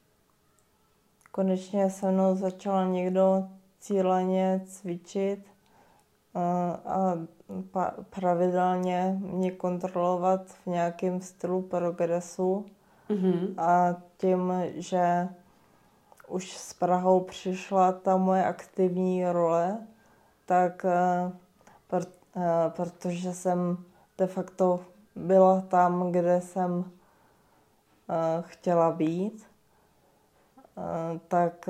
konečně se mnou začal někdo cíleně cvičit a, a pa, pravidelně mě kontrolovat v nějakém stylu progresu. Mm-hmm. A tím, že už s Prahou přišla ta moje aktivní role, tak pr, protože jsem de facto byla tam, kde jsem chtěla být, tak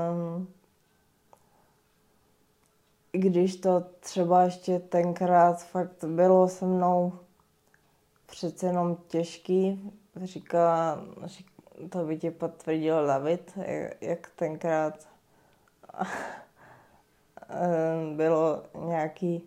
i když to třeba ještě tenkrát fakt bylo se mnou přece jenom těžký, říká, to by ti potvrdil David, jak tenkrát bylo nějaký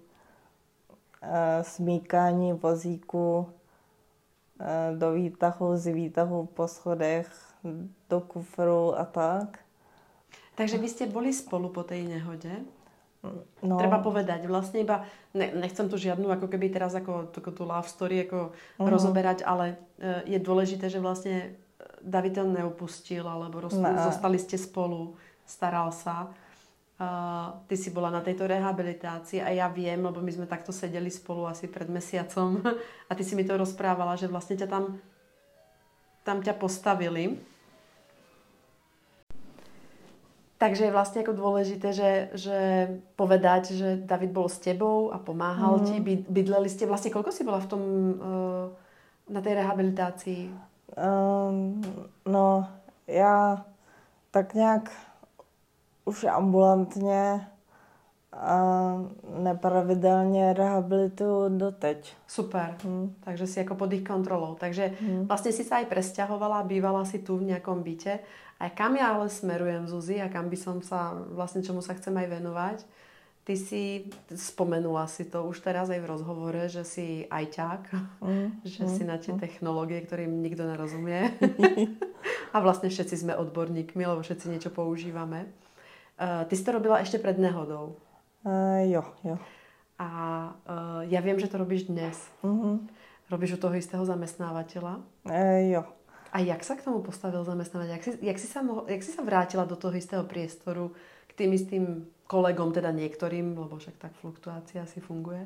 smíkání vozíku do výtahu, z výtahu po schodech, do kufru a tak. Takže vy ste boli spolu po tej nehode? No. Treba povedať, vlastne iba, ne, nechcem tu žiadnu, ako keby teraz ako tú, tú love story ako uh-huh. rozoberať, ale uh, je dôležité, že vlastne David to neopustil, alebo roz, ne. zostali ste spolu, staral sa. Uh, ty si bola na tejto rehabilitácii a ja viem, lebo my sme takto sedeli spolu asi pred mesiacom a ty si mi to rozprávala, že vlastne ťa tam, tam ťa postavili. Takže je vlastne ako dôležité, že, že povedať, že David bol s tebou a pomáhal mm. ti. Bydleli ste vlastne, koľko si bola v tom, uh, na tej rehabilitácii? Um, no, já tak nějak už ambulantně a nepravidelně rehabilituju doteď. Super, hmm. takže si ako pod ich kontrolou. Takže hmm. vlastne si sa aj presťahovala, bývala si tu v nejakom byte. A kam ja ale smerujem, Zuzi, a kam by som sa, vlastne čomu sa chcem aj venovať, ty si, spomenula si to už teraz aj v rozhovore, že si ajťák, mm, že mm, si na tie mm. technológie, ktorým nikto nerozumie. A vlastne všetci sme odborníkmi, lebo všetci niečo používame. Uh, ty si to robila ešte pred nehodou. Uh, jo, jo. A uh, ja viem, že to robíš dnes. Mm-hmm. Robíš u toho istého zamestnávateľa? Uh, jo. A jak sa k tomu postavil zamestnávateľ? Jak si, jak, si sa mohol, jak si sa vrátila do toho istého priestoru k tým istým kolegom, teda niektorým, lebo však tak fluktuácia asi funguje?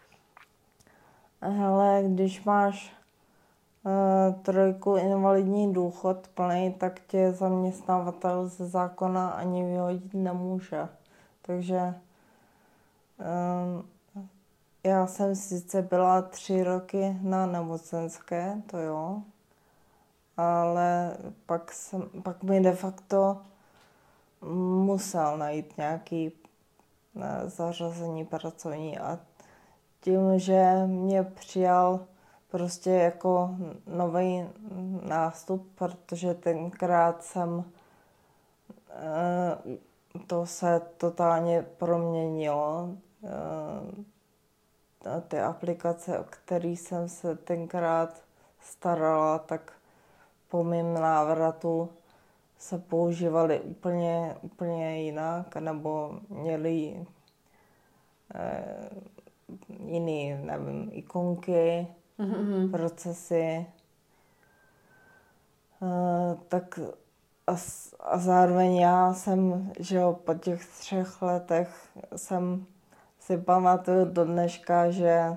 Hele, když máš uh, trojku invalidní důchod plný, tak tě zaměstnavatel ze zákona ani vyhodit nemůže. Takže um, já jsem sice byla tři roky na nemocenské, to jo, ale pak, jsem, pak mi de facto musel najít nějaký zařazení pracovní a tím, že mě přijal prostě jako nový nástup, protože tenkrát jsem, to se totálně proměnilo, ty aplikace, o které jsem se tenkrát starala, tak po mém návratu se používaly úplně, úplně jinak, nebo měli eh, jiný, nevím, ikonky, mm-hmm. procesy. Eh, tak a, a zároveň já jsem, že jo, po těch třech letech jsem si pamatuju do dneška, že,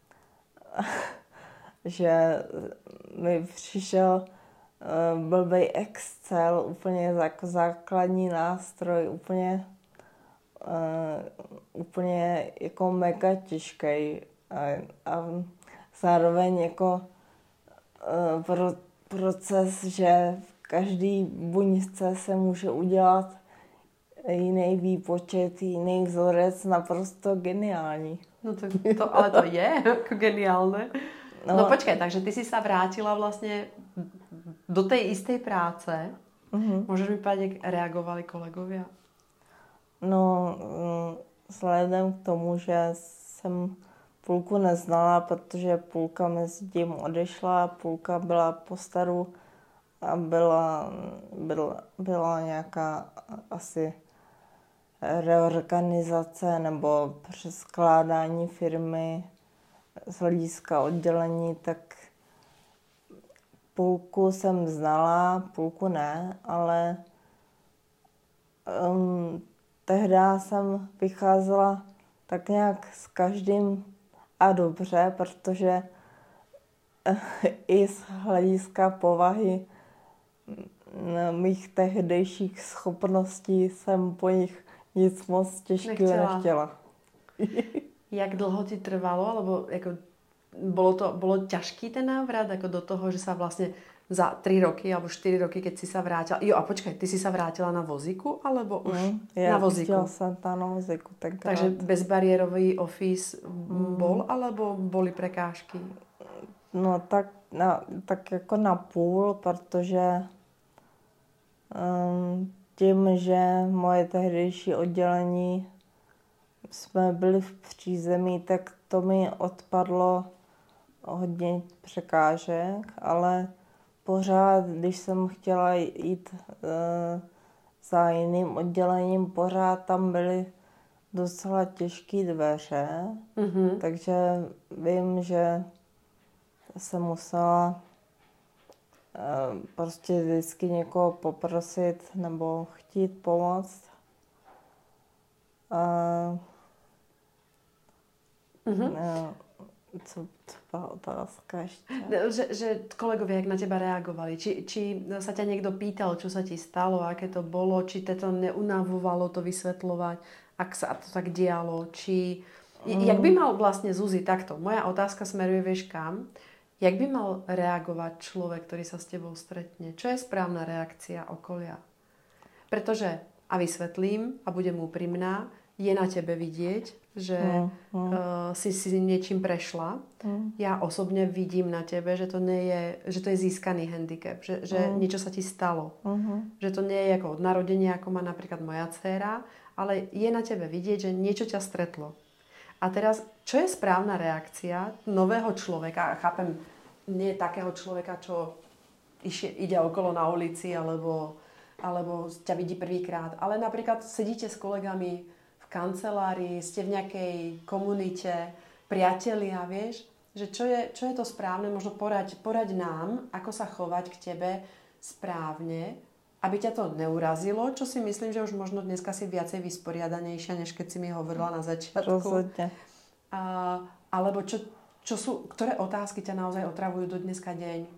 že mi přišel blbej Excel, úplně jako základní nástroj, úplně, uh, úplně jako mega těžký. A, a zároveň jako uh, pro, proces, že v každý buňce se může udělat jiný výpočet, jiný vzorec, naprosto geniální. No to, to, ale to je jako geniálne. No, No, no počkaj, takže ty si sa vrátila vlastne do tej istej práce. uh-huh. Môžeš mi povedať, jak reagovali kolegovia? No, mm, vzhledem k tomu, že jsem půlku neznala, protože půlka mezi tím odešla, půlka byla po staru a byla, byla, byla nějaká asi reorganizace nebo přeskládání firmy z hlediska oddělení, tak půlku jsem znala, půlku ne, ale um, tehdy jsem vycházela tak nějak s každým a dobře, protože i z hlediska povahy mých tehdejších schopností jsem po nich nic moc těžkého Nechtěla. nechtěla. Jak dlho ti trvalo, alebo jako, bolo to bolo ťažký ten návrat ako do toho, že sa vlastne za tri roky alebo štyri roky, keď si sa vrátila. Jo, a počkaj, ty si sa vrátila na vozíku, alebo už Mm, na já vozíku? chtěla jsem tam na vozíku tenkrát. Takže bezbariérový office bol, alebo boli prekážky? No tak, na, tak jako na půl, protože um, tím, že moje tehdejší oddělení jsme byli v přízemí, tak to mi odpadlo hodně překážek, ale pořád, když jsem chtěla jít uh, za jiným oddělením, pořád tam byly docela těžké dveře, Mm-hmm. takže vím, že jsem musela uh, prostě vždycky někoho poprosit nebo chtít pomoct. Uh, Mm-hmm. uh, co, co byla otázka ještě? Že, že kolegovia, jak na teba reagovali? Či, či sa ťa niekto pýtal, čo sa ti stalo, aké to bolo? Či te to neunavovalo to vysvetľovať, ak sa to tak dialo? Či... Mm. Jak by mal vlastne, Zuzi, takto, moja otázka smeruje, vieš kam? Jak by mal reagovať človek, ktorý sa s tebou stretne? Čo je správna reakcia okolia? Pretože, a vysvetlím, a budem úprimná, je na tebe vidieť, že Mm, mm. uh, si si niečím prešla. Mm. Ja osobne vidím na tebe, že to nie je, že to je získaný handicap, že, že Mm. niečo sa ti stalo. Mhm. Že to nie je ako od narodenia, ako má napríklad moja dcéra, ale je na tebe vidieť, že niečo ťa stretlo. A teraz, čo je správna reakcia nového človeka? A chápem, nie takého človeka, čo išie, ide okolo na ulici, alebo, alebo ťa vidí prvýkrát, ale napríklad sedíte s kolegami v kancelárii, ste v nejakej komunite, priatelia, vieš, že čo je, čo je to správne, možno poraď, poraď nám, ako sa chovať k tebe správne, aby ťa to neurazilo, čo si myslím, že už možno dneska si viacej vysporiadanejšia, než keď si mi hovorila na začiatku. Rozhodne. A, alebo čo, čo sú, ktoré otázky ťa naozaj otravujú do dneska deň?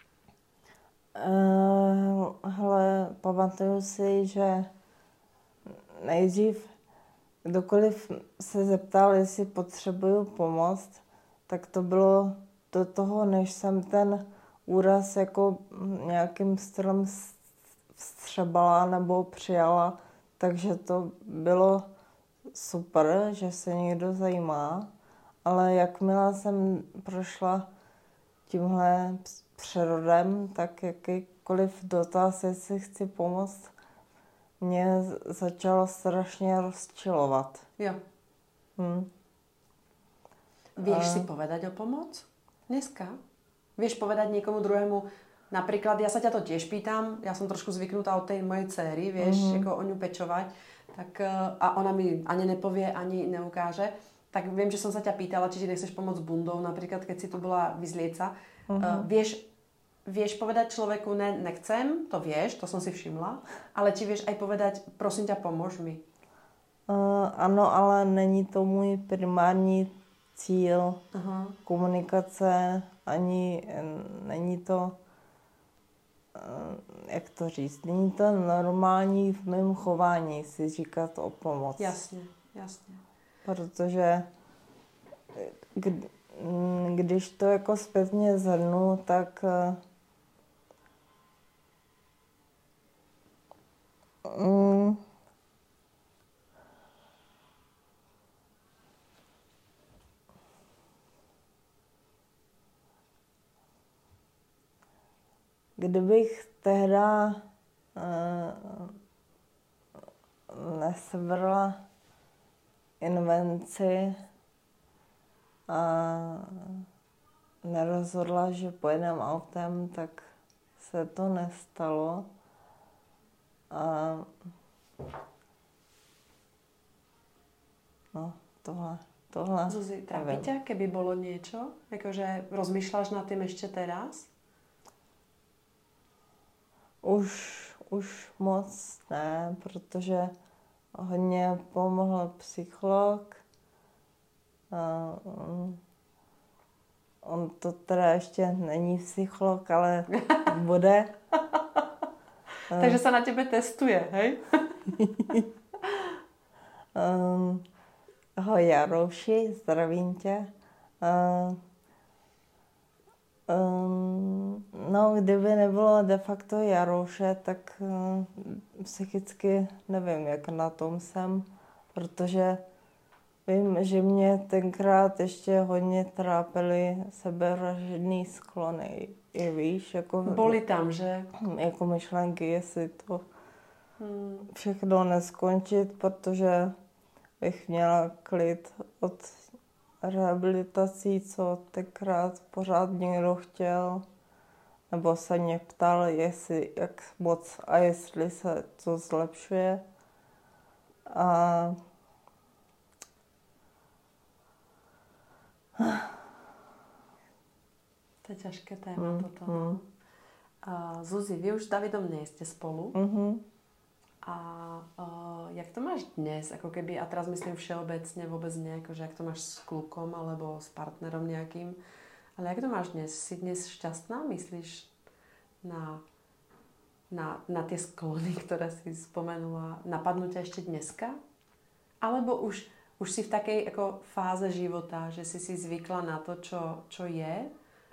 Uh, hele, pamatuju si, že nejdřív kdokoliv se zeptal, jestli potřebuju pomoc, tak to bylo do toho, než jsem ten úraz jako nějakým stylem vstřebala nebo přijala. Takže to bylo super, že se někdo zajímá, ale jakmile jsem prošla tímhle přerodem, tak jakýkoliv dotaz, jestli chci pomoct, mě začalo strašně rozčilovat. Jo. Hm. Vieš A- si povedať o pomoc dneska? Vieš povedať niekomu druhému, napríklad, ja sa ťa to tiež pýtam, ja som trošku zvyknutá od tej mojej céry, vieš, Mhm. ako o ňu pečovať, tak, eh, a ona mi ani nepovie, ani neukáže, tak viem, že som sa ťa pýtala, či ti nechceš pomôcť s bundou, napríklad, keď si tu bola vyzlieť sa. Mhm. Eh, vieš, vieš povedať človeku, ne, nechcem, to vieš, to som si všimla, ale či vieš aj povedať, prosím ťa, pomôž mi. Uh, ano, ale není to můj primární cíl Aha. komunikace, ani eh, není to, eh, jak to říct, není to normální v mém chování si říkat o pomoc. Jasne, jasne. Protože kdy, mm, když to jako zpětně zhrnu, tak mm, kdybych tehda uh, nesebrala invenci a nerozhodla, že pojedem autem, tak se to nestalo. A no, tohle, tohle. Zuzi, trápi ťa, keby bolo niečo? Akože rozmýšľaš nad tým ešte teraz? Už, už moc ne, protože hodně pomohl psycholog. A on, on to teda ještě není psycholog, ale bude. Takže sa na tebe testuje, hej? um, ahoj Jarouši, zdravím tě. Uh, um, no, kdyby nebylo de facto Jarouše, tak uh, psychicky nevím, jak na tom jsem, protože vím, že mě tenkrát ještě hodně trápily sebevražedný sklony. I víš, jako... Boli tam, že? Jako myšlenky, jestli to hmm. všechno neskončit, protože bych měla klid od rehabilitací, co tenkrát pořád někdo chtěl, nebo se mě ptal, jestli, jak moc a jestli se to zlepšuje. A to je ťažké téma mm, toto. Mm. Uh, Zuzi, vy už s Davidom nie ste spolu. Mm-hmm. A uh, jak to máš dnes? Ako keby, a teraz myslím všeobecne, vôbec nie, akože jak to máš s klukom alebo s partnerom nejakým. Ale jak to máš dnes? Si dnes šťastná? Myslíš na, na, na tie sklony, ktoré si spomenula? Napadnú ťa ešte dneska? Alebo už, už si v takej ako fáze života, že si si zvykla na to, čo, čo je?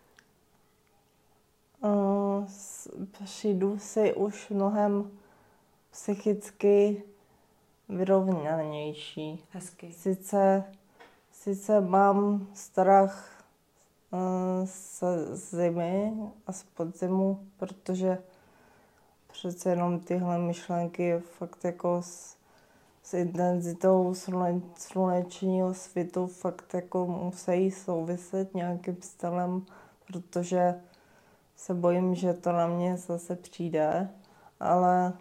Uh, přijdu si už mnohem psychicky vyrovnanější. Hezky. Sice, sice mám strach uh, z zimy a z podzimu, protože přece jenom tyhle myšlenky fakt jako s, s intenzitou slune, slunečního svitu fakt jako musí souviset nějakým stylem, protože se bojím, že to na mě zase přijde, ale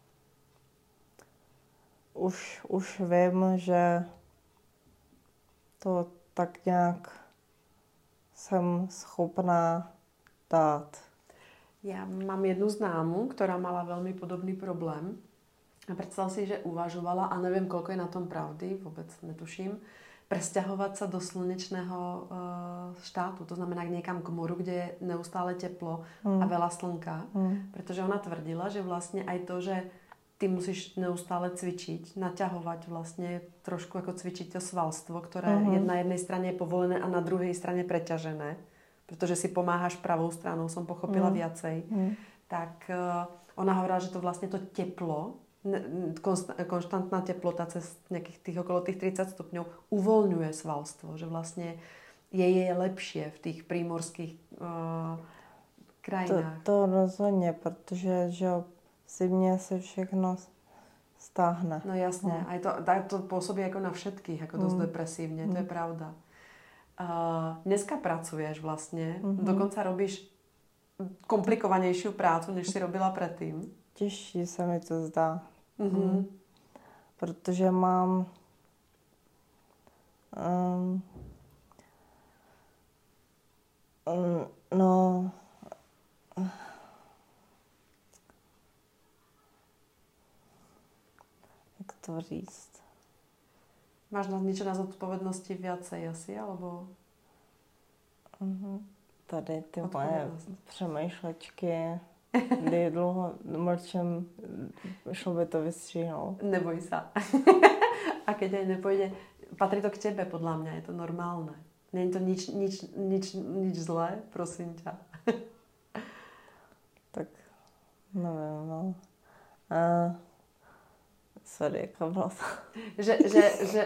už, už vím, že to tak nějak jsem schopná dát. Ja mám jednu známu, ktorá mala veľmi podobný problém. A predstav si, že uvažovala, a neviem, koľko je na tom pravdy, vôbec netuším, presťahovať sa do slnečného uh, štátu. To znamená niekam k moru, kde je neustále teplo mm. a veľa slnka. Mm. Pretože ona tvrdila, že vlastne aj to, že ty musíš neustále cvičiť, naťahovať vlastne trošku ako cvičiť to svalstvo, ktoré mm-hmm. je na jednej strane je povolené a na druhej strane preťažené. Pretože si pomáhaš pravou stranou, som pochopila mm. viacej. Mm. Tak uh, ona hovorila, že to vlastne to teplo, konštantná teplota cez nejakých tých okolo tých tridsať stupňov uvoľňuje svalstvo, že vlastne je je lepšie v tých prímorských uh, krajinách. To, to rozhodně, protože že v zimě se všechno stáhne. No jasne, no. Aj to, to pôsobí ako na všetkých, ako dosť mm. depresívne, mm. to je pravda. Uh, dneska pracuješ vlastne, mm-hmm. dokonca robíš komplikovanejšiu prácu, než si robila predtým. Těžší se mi to zdá. Mm-hmm. Mm. Protože mám um, um, no jak to říct? Máš na niečo na zodpovednosti viacej asi, alebo? Mm-hmm. Tady ty moje přemýšlečky, kdy dlouho mlčím, šlo by to vystříhnout. Neboj sa. A keď aj nepôjde, patrí to k tebe, podľa mňa, je to normálne. Není to nič, nič, nič, nič zlé, prosím ťa. Tak nevím, no. Uh, sorry, jaká byla to? Že, že, že,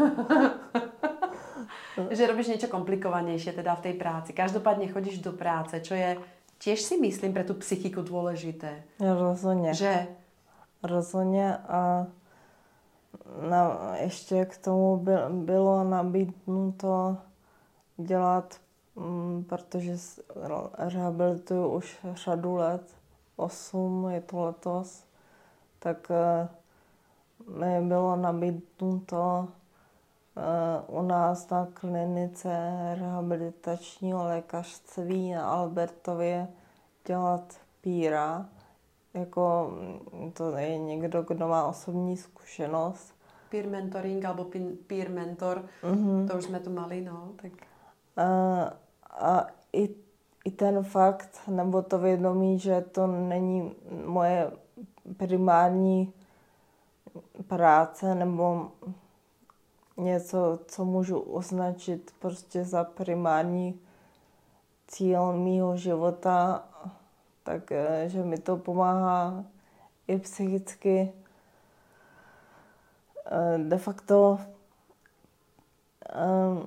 že robíš niečo komplikovanejšie teda v tej práci. Každopádne chodíš do práce, čo je tiež si myslím pre tú psychiku dôležité. Rozhodně. Že? Rozhodně a na, ještě k tomu by, bylo nabídnuto dělat, m, protože s- rehabilituju už řadu let, osm je to letos, tak eh, mi bylo nabídnuto eh, u nás na klinice rehabilitačního lékařství na Albertově dělat píra. Jako mm, to je někdo, kdo má osobní zkušenost. Peer mentoring alebo pin- peer mentor, Mhm. to už sme tu mali, no. Tak A, a i, i ten fakt, nebo to vědomí, že to není moje primární práce, nebo něco, co můžu označit prostě za primární cíl mýho života, tak eh, že mi to pomáhá i psychicky. Eh, De facto eh,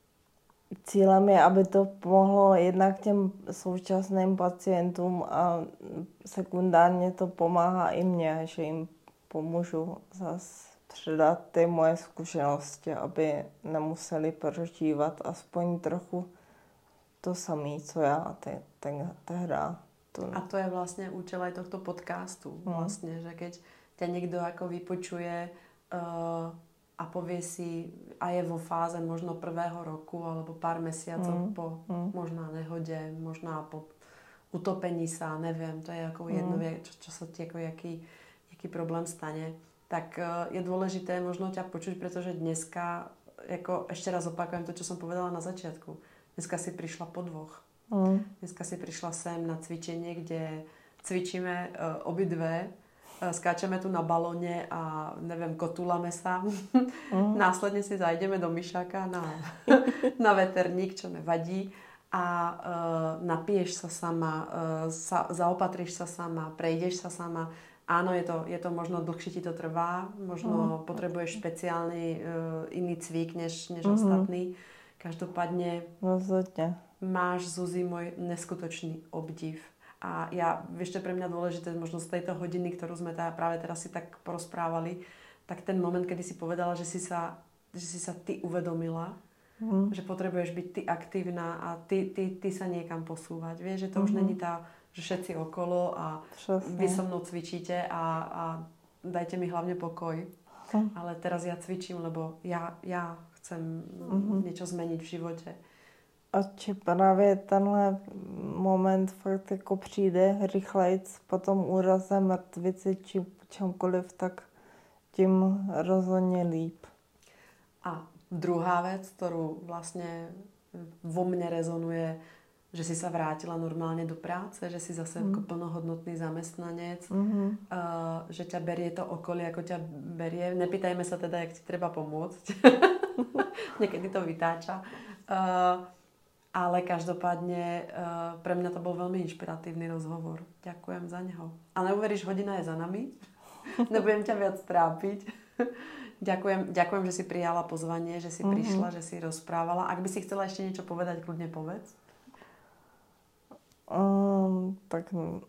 cílem je, aby to pomohlo jednak těm současným pacientům a sekundárně to pomáhá i mně, že jim pomůžu zas předat ty moje zkušenosti, aby nemuseli prožívat aspoň trochu to samé, co já te, ten, tehda. To... a to je vlastne účel aj tohto podcastu. No. Vlastne, že keď ťa niekto ako vypočuje uh, a povie si, a je vo fáze možno prvého roku alebo pár mesiacov Mm. po Mm. možná nehode, možná po utopení sa, neviem, to je ako jedno, Mm. čo, čo sa ti ako jaký, jaký problém stane, tak uh, je dôležité možno ťa počuť, pretože dneska, ako ešte raz opakujem to, čo som povedala na začiatku, dneska si prišla po dvoch. Mm. Dneska si prišla sem na cvičenie, kde cvičíme uh, obidve, uh, skáčeme tu na balóne a neviem, kotúlame sa. Mm. Následne si zajdeme do myšáka na, na veterník, čo nevadí a uh, napiješ sa sama, uh, sa, zaopatríš sa sama, prejdeš sa sama. Áno, je to, je to možno dlhšie ti to trvá, možno Mm. potrebuješ špeciálny uh, iný cvík než, než Mhm. ostatný. Každopádne Rozhodně. máš, Zuzi, môj neskutočný obdiv. A ja, vieš, čo je pre mňa dôležité, možno z tejto hodiny, ktorú sme tá, práve teraz si tak porozprávali, tak ten moment, kedy si povedala, že si sa, že si sa ty uvedomila, Mm. že potrebuješ byť ty aktívna a ty, ty, ty sa niekam posúvať. Vieš, že to už Mhm. není tá, že všetci okolo a Přesně. vy so mnou cvičíte a, a dajte mi hlavne pokoj. Hm. Ale teraz ja cvičím, lebo ja, ja chcem Mhm. niečo zmeniť v živote. A či právě tenhle moment fakt jako přijde rychlejc po tom úraze, mrtvici či čemkoliv, tak tím rozhodně líp. A druhá vec, ktorú vlastne vo mne rezonuje, že si sa vrátila normálne do práce, že si zase Mm. ako plnohodnotný zamestnanec, Mhm. uh, že ťa berie to okolie, ako ťa berie. Nepýtajme sa teda, jak ti treba pomôcť. Niekedy to vytáča. Uh, ale každopádne uh, pre mňa to bol veľmi inšpiratívny rozhovor. Ďakujem za neho. A neuveríš, hodina je za nami. Nebudem ťa viac trápiť. Ďakujem, ďakujem, že si prijala pozvanie, že si Mhm. prišla, že si rozprávala. Ak by si chcela ešte niečo povedať, kľudne povedz. Um, tak mm,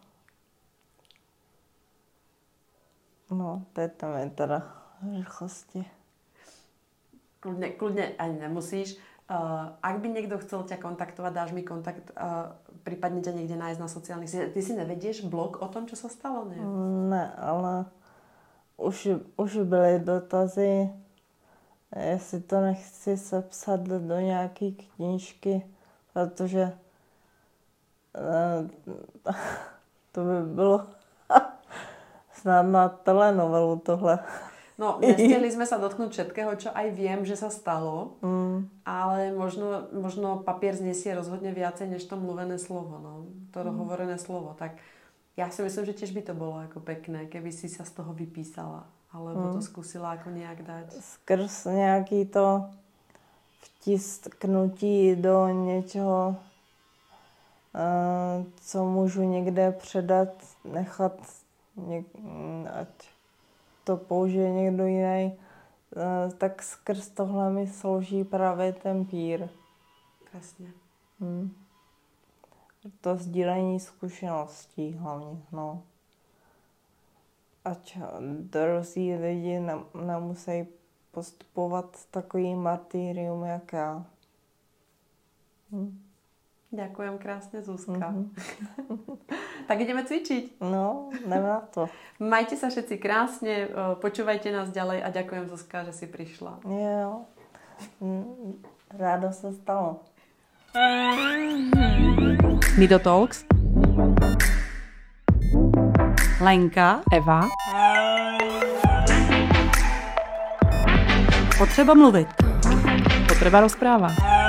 no, teď tam je teda rychlosti. Kľudne, kľudne ani nemusíš. Uh, ak by niekto chcel ťa kontaktovať, dáš mi kontakt, uh, prípadne ťa niekde nájsť na sociálnych sieťach. Ty si nevedieš blog o tom, čo sa stalo? Ne? Ne, ale už, už byly dotazy, jestli to nechci sepsat do nějaký knížky, protože eh, to by bylo snad na telenovelu tohle. No, nestihli sme sa dotknúť všetkého, čo aj viem, že sa stalo, Mm, ale možno, možno papier znesie rozhodne viacej, než to mluvené slovo, no, to Mm. hovorené slovo. Tak ja si myslím, že tiež by to bolo ako pekné, keby si sa z toho vypísala, alebo to Mm. skúsila ako nejak dať. skrz nějaký to vtisknutí do něčeho, uh, co můžu někde předat, nechat, něk, ať to použije někdo jiný, uh, tak skrz tohle mi slouží právě ten pír. Krásně. Hmm. To sdílení zkušeností hlavně, no. Ať druzí lidi nemusí postupovat takový martyrium, jak já. Hm. Ďakujem krásne, Zuzka. Mm-hmm. Tak ideme cvičiť. No, jdeme na to. Majte sa všetci krásne, počúvajte nás ďalej a ďakujem, Zuzka, že si prišla. Jo, rádo se stalo. Nido Talks, Lenka, Eva. potřeba mluvit. Potreba rozpráva.